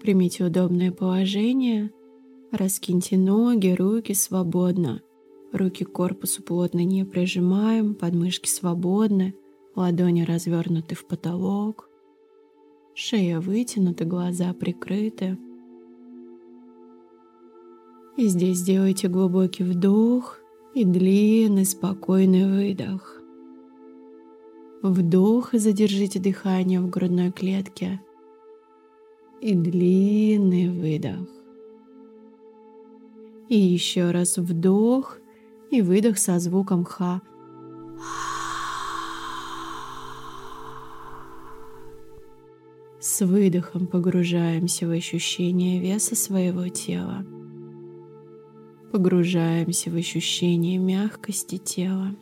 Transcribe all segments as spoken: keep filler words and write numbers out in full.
Примите удобное положение, раскиньте ноги, руки свободно. Руки к корпусу плотно не прижимаем, подмышки свободны, ладони развернуты в потолок, шея вытянута, глаза прикрыты. И здесь сделайте глубокий вдох и длинный спокойный выдох. Вдох и задержите дыхание в грудной клетке. И длинный выдох. И еще раз вдох и выдох со звуком ха. С выдохом погружаемся в ощущение веса своего тела. Погружаемся в ощущение мягкости тела.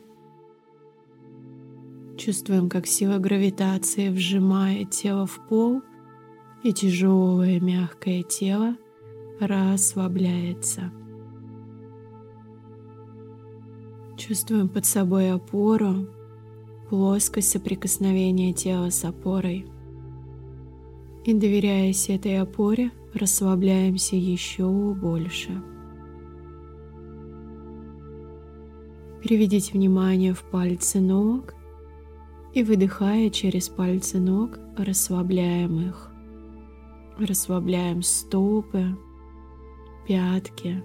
Чувствуем, как сила гравитации вжимает тело в пол, и тяжелое мягкое тело расслабляется. Чувствуем под собой опору, плоскость соприкосновения тела с опорой. И, доверяясь этой опоре, расслабляемся еще больше. Переведите внимание в пальцы ног и, выдыхая через пальцы ног, расслабляем их. Расслабляем стопы, пятки.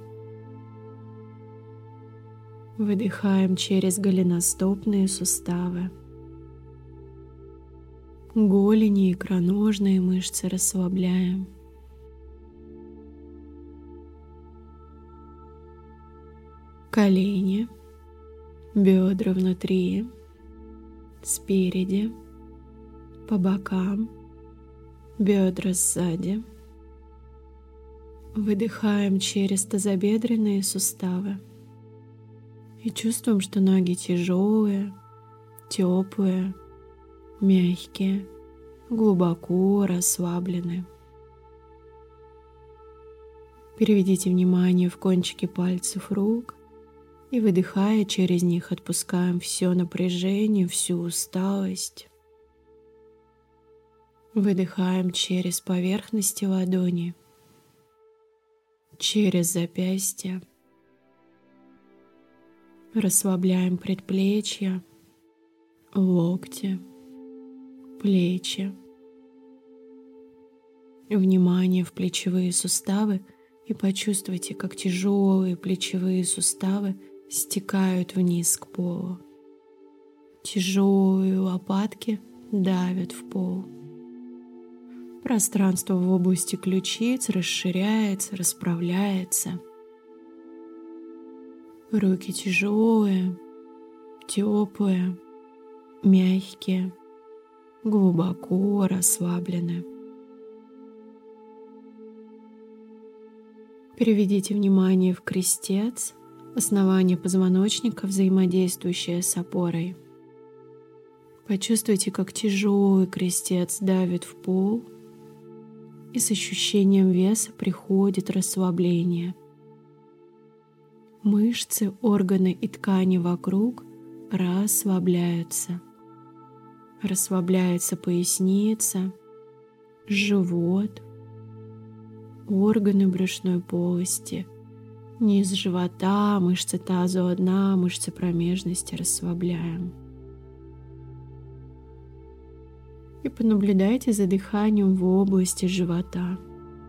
Выдыхаем через голеностопные суставы. Голени и икроножные мышцы расслабляем. Колени, бедра внутри, спереди, по бокам, бедра сзади. Выдыхаем через тазобедренные суставы. И чувствуем, что ноги тяжелые, теплые, мягкие, глубоко расслаблены. Переведите внимание в кончики пальцев рук и, выдыхая через них, отпускаем все напряжение, всю усталость. Выдыхаем через поверхности ладони, через запястья. Расслабляем предплечья, локти, плечи. Внимание в плечевые суставы и почувствуйте, как тяжелые плечевые суставы стекают вниз к полу. Тяжелые лопатки давят в пол. Пространство в области ключиц расширяется, расправляется. Руки тяжелые, теплые, мягкие, глубоко расслаблены. Переведите внимание в крестец, основание позвоночника, взаимодействующее с опорой. Почувствуйте, как тяжелый крестец давит в пол, и с ощущением веса приходит расслабление. Мышцы, органы и ткани вокруг расслабляются. Расслабляется поясница, живот, органы брюшной полости, низ живота, мышцы тазового дна, мышцы промежности расслабляем. И понаблюдайте за дыханием в области живота.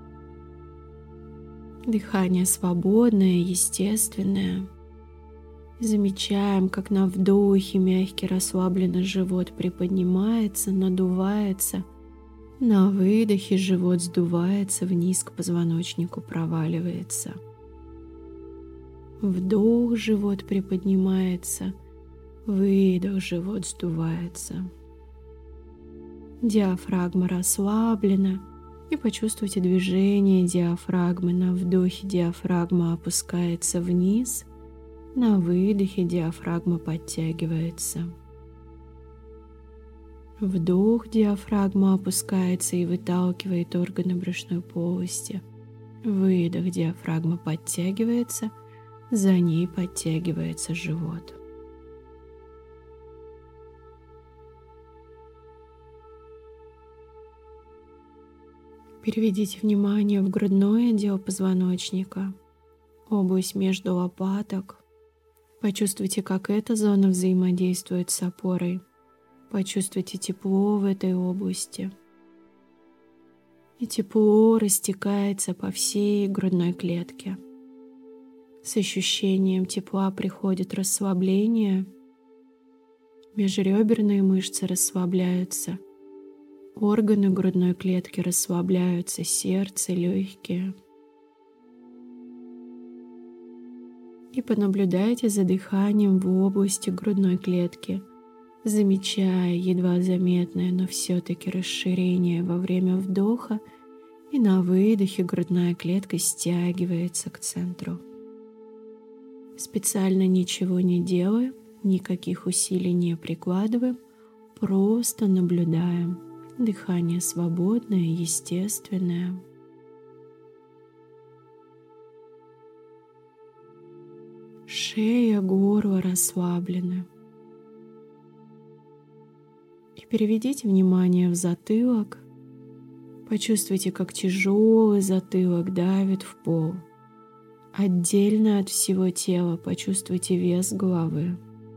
Дыхание свободное, естественное. Замечаем, как на вдохе мягкий расслабленный живот приподнимается, надувается. На выдохе живот сдувается вниз к позвоночнику, проваливается. Вдох, живот приподнимается. Выдох, живот сдувается. Диафрагма расслаблена. И почувствуйте движение диафрагмы. На вдохе диафрагма опускается вниз. На выдохе диафрагма подтягивается. Вдох, диафрагма опускается и выталкивает органы брюшной полости. Выдох, диафрагма подтягивается, за ней подтягивается живот. Переведите внимание в грудной отдел позвоночника, область между лопаток. Почувствуйте, как эта зона взаимодействует с опорой. Почувствуйте тепло в этой области. И тепло растекается по всей грудной клетке. С ощущением тепла приходит расслабление. Межреберные мышцы расслабляются. Органы грудной клетки расслабляются, сердце, легкие. И понаблюдайте за дыханием в области грудной клетки, замечая едва заметное, но все-таки расширение во время вдоха, и на выдохе грудная клетка стягивается к центру. Специально ничего не делаем, никаких усилий не прикладываем, просто наблюдаем. Дыхание свободное, естественное. Шея, горло расслаблены. И переведите внимание в затылок. Почувствуйте, как тяжелый затылок давит в пол. Отдельно от всего тела почувствуйте вес головы.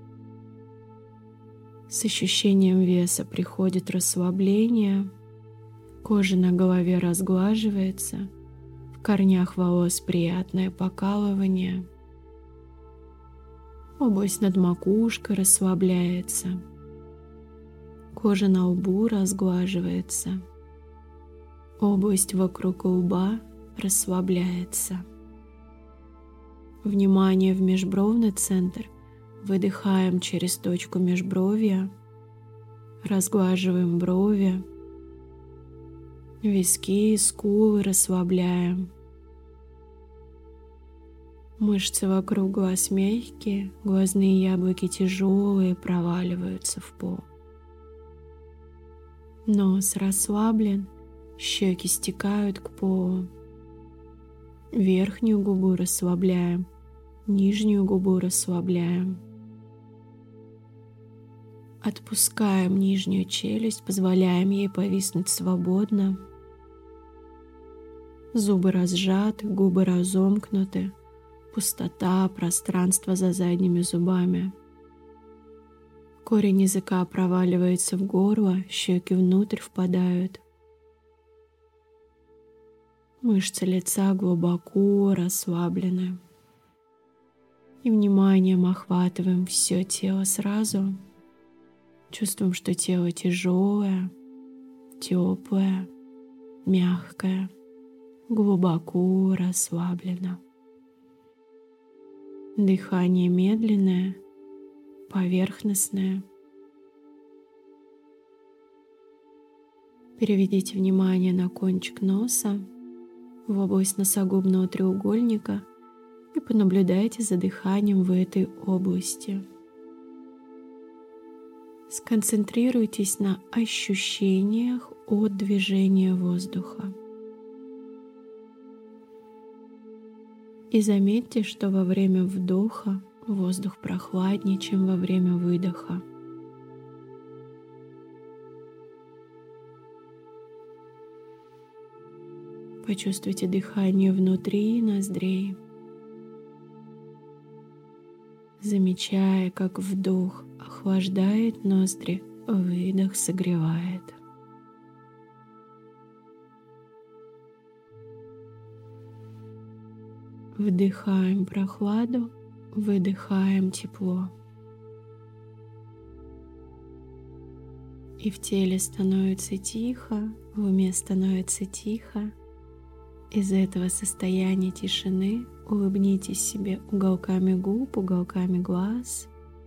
С ощущением веса приходит расслабление, кожа на голове разглаживается, в корнях волос приятное покалывание, область над макушкой расслабляется, кожа на лбу разглаживается, область вокруг лба расслабляется. Внимание в межбровный центр. Выдыхаем через точку межбровья, разглаживаем брови, виски и скулы расслабляем. Мышцы вокруг глаз мягкие, глазные яблоки тяжелые, проваливаются в пол. Нос расслаблен, щеки стекают к полу. Верхнюю губу расслабляем, нижнюю губу расслабляем. Отпускаем нижнюю челюсть, позволяем ей повиснуть свободно. Зубы разжаты, губы разомкнуты. Пустота, пространство за задними зубами. Корень языка проваливается в горло, щеки внутрь впадают. Мышцы лица глубоко расслаблены. И вниманием охватываем все тело сразу. Чувствуем, что тело тяжелое, теплое, мягкое, глубоко расслаблено. Дыхание медленное, поверхностное. Переведите внимание на кончик носа, в область носогубного треугольника и понаблюдайте за дыханием в этой области. Сконцентрируйтесь на ощущениях от движения воздуха. И заметьте, что во время вдоха воздух прохладнее, чем во время выдоха. Почувствуйте дыхание внутри ноздрей, замечая, как вдох охлаждает ноздри, выдох согревает. Вдыхаем прохладу, выдыхаем тепло. И в теле становится тихо, в уме становится тихо. Из этого состояния тишины улыбнитесь себе уголками губ, уголками глаз.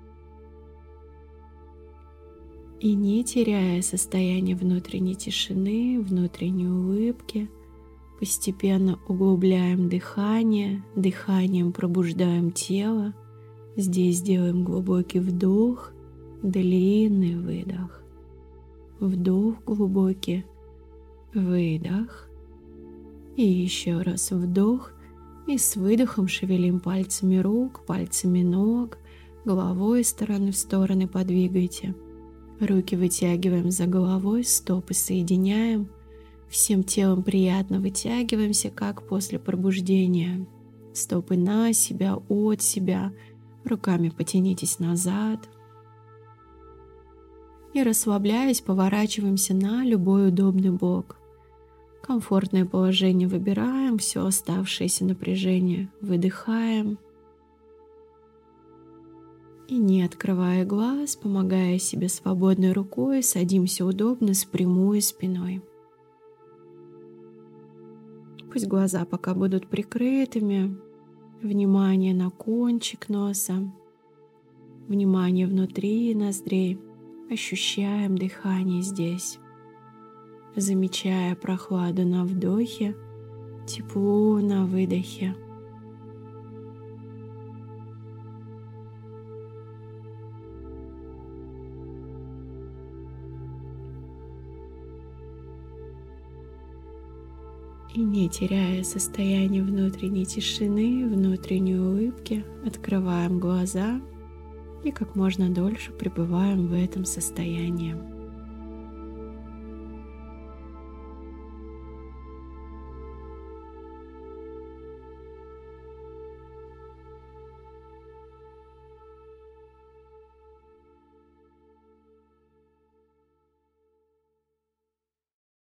И не теряя состояние внутренней тишины, внутренней улыбки, постепенно углубляем дыхание, дыханием пробуждаем тело. Здесь делаем глубокий вдох, длинный выдох. Вдох глубокий, выдох. И еще раз вдох. И с выдохом шевелим пальцами рук, пальцами ног, головой из стороны в стороны подвигайте. Руки вытягиваем за головой, стопы соединяем. Всем телом приятно вытягиваемся, как после пробуждения. Стопы на себя, от себя. Руками потянитесь назад. И расслабляясь, поворачиваемся на любой удобный бок. Комфортное положение выбираем, все оставшееся напряжение выдыхаем. И не открывая глаз, помогая себе свободной рукой, садимся удобно с прямой спиной. Пусть глаза пока будут прикрытыми. Внимание на кончик носа. Внимание внутри ноздрей. Ощущаем дыхание здесь. Замечая прохладу на вдохе, тепло на выдохе. И не теряя состояние внутренней тишины, внутренней улыбки, открываем глаза и как можно дольше пребываем в этом состоянии.